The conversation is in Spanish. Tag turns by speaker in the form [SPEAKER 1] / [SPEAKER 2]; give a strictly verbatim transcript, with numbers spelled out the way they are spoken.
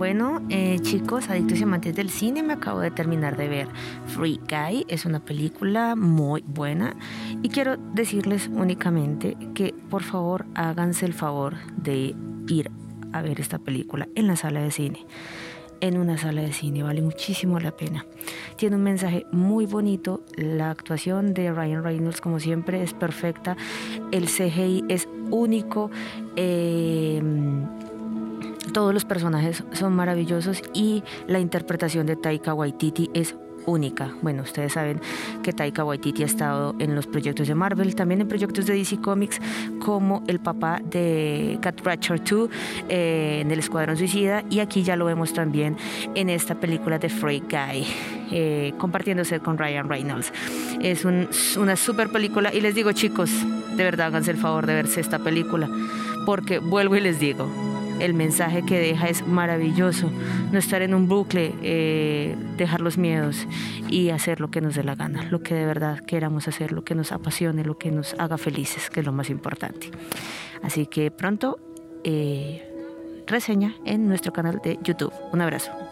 [SPEAKER 1] Bueno, eh, chicos, adictos y amantes del cine, me acabo de terminar de ver Free Guy. Es una película muy buena y quiero decirles únicamente que por favor háganse el favor de ir a ver esta película en la sala de cine. En una sala de cine vale muchísimo la pena. Tiene un mensaje muy bonito. La actuación de Ryan Reynolds, como siempre, es perfecta. El C G I es único. Eh, todos los personajes son maravillosos y la interpretación de Taika Waititi es única. Bueno, ustedes saben que Taika Waititi ha estado en los proyectos de Marvel, también en proyectos de D C Comics, como el papá de Cat Ratcher dos eh, en El Escuadrón Suicida, y aquí ya lo vemos también en esta película de Free Guy, eh, compartiéndose con Ryan Reynolds. Es un, una super película y les digo, chicos, de verdad háganse el favor de verse esta película, porque vuelvo y les digo, el mensaje que deja es maravilloso. No estar en un bucle, eh, dejar los miedos y hacer lo que nos dé la gana, lo que de verdad queramos hacer, lo que nos apasione, lo que nos haga felices, que es lo más importante. Así que pronto, eh, reseña en nuestro canal de YouTube. Un abrazo.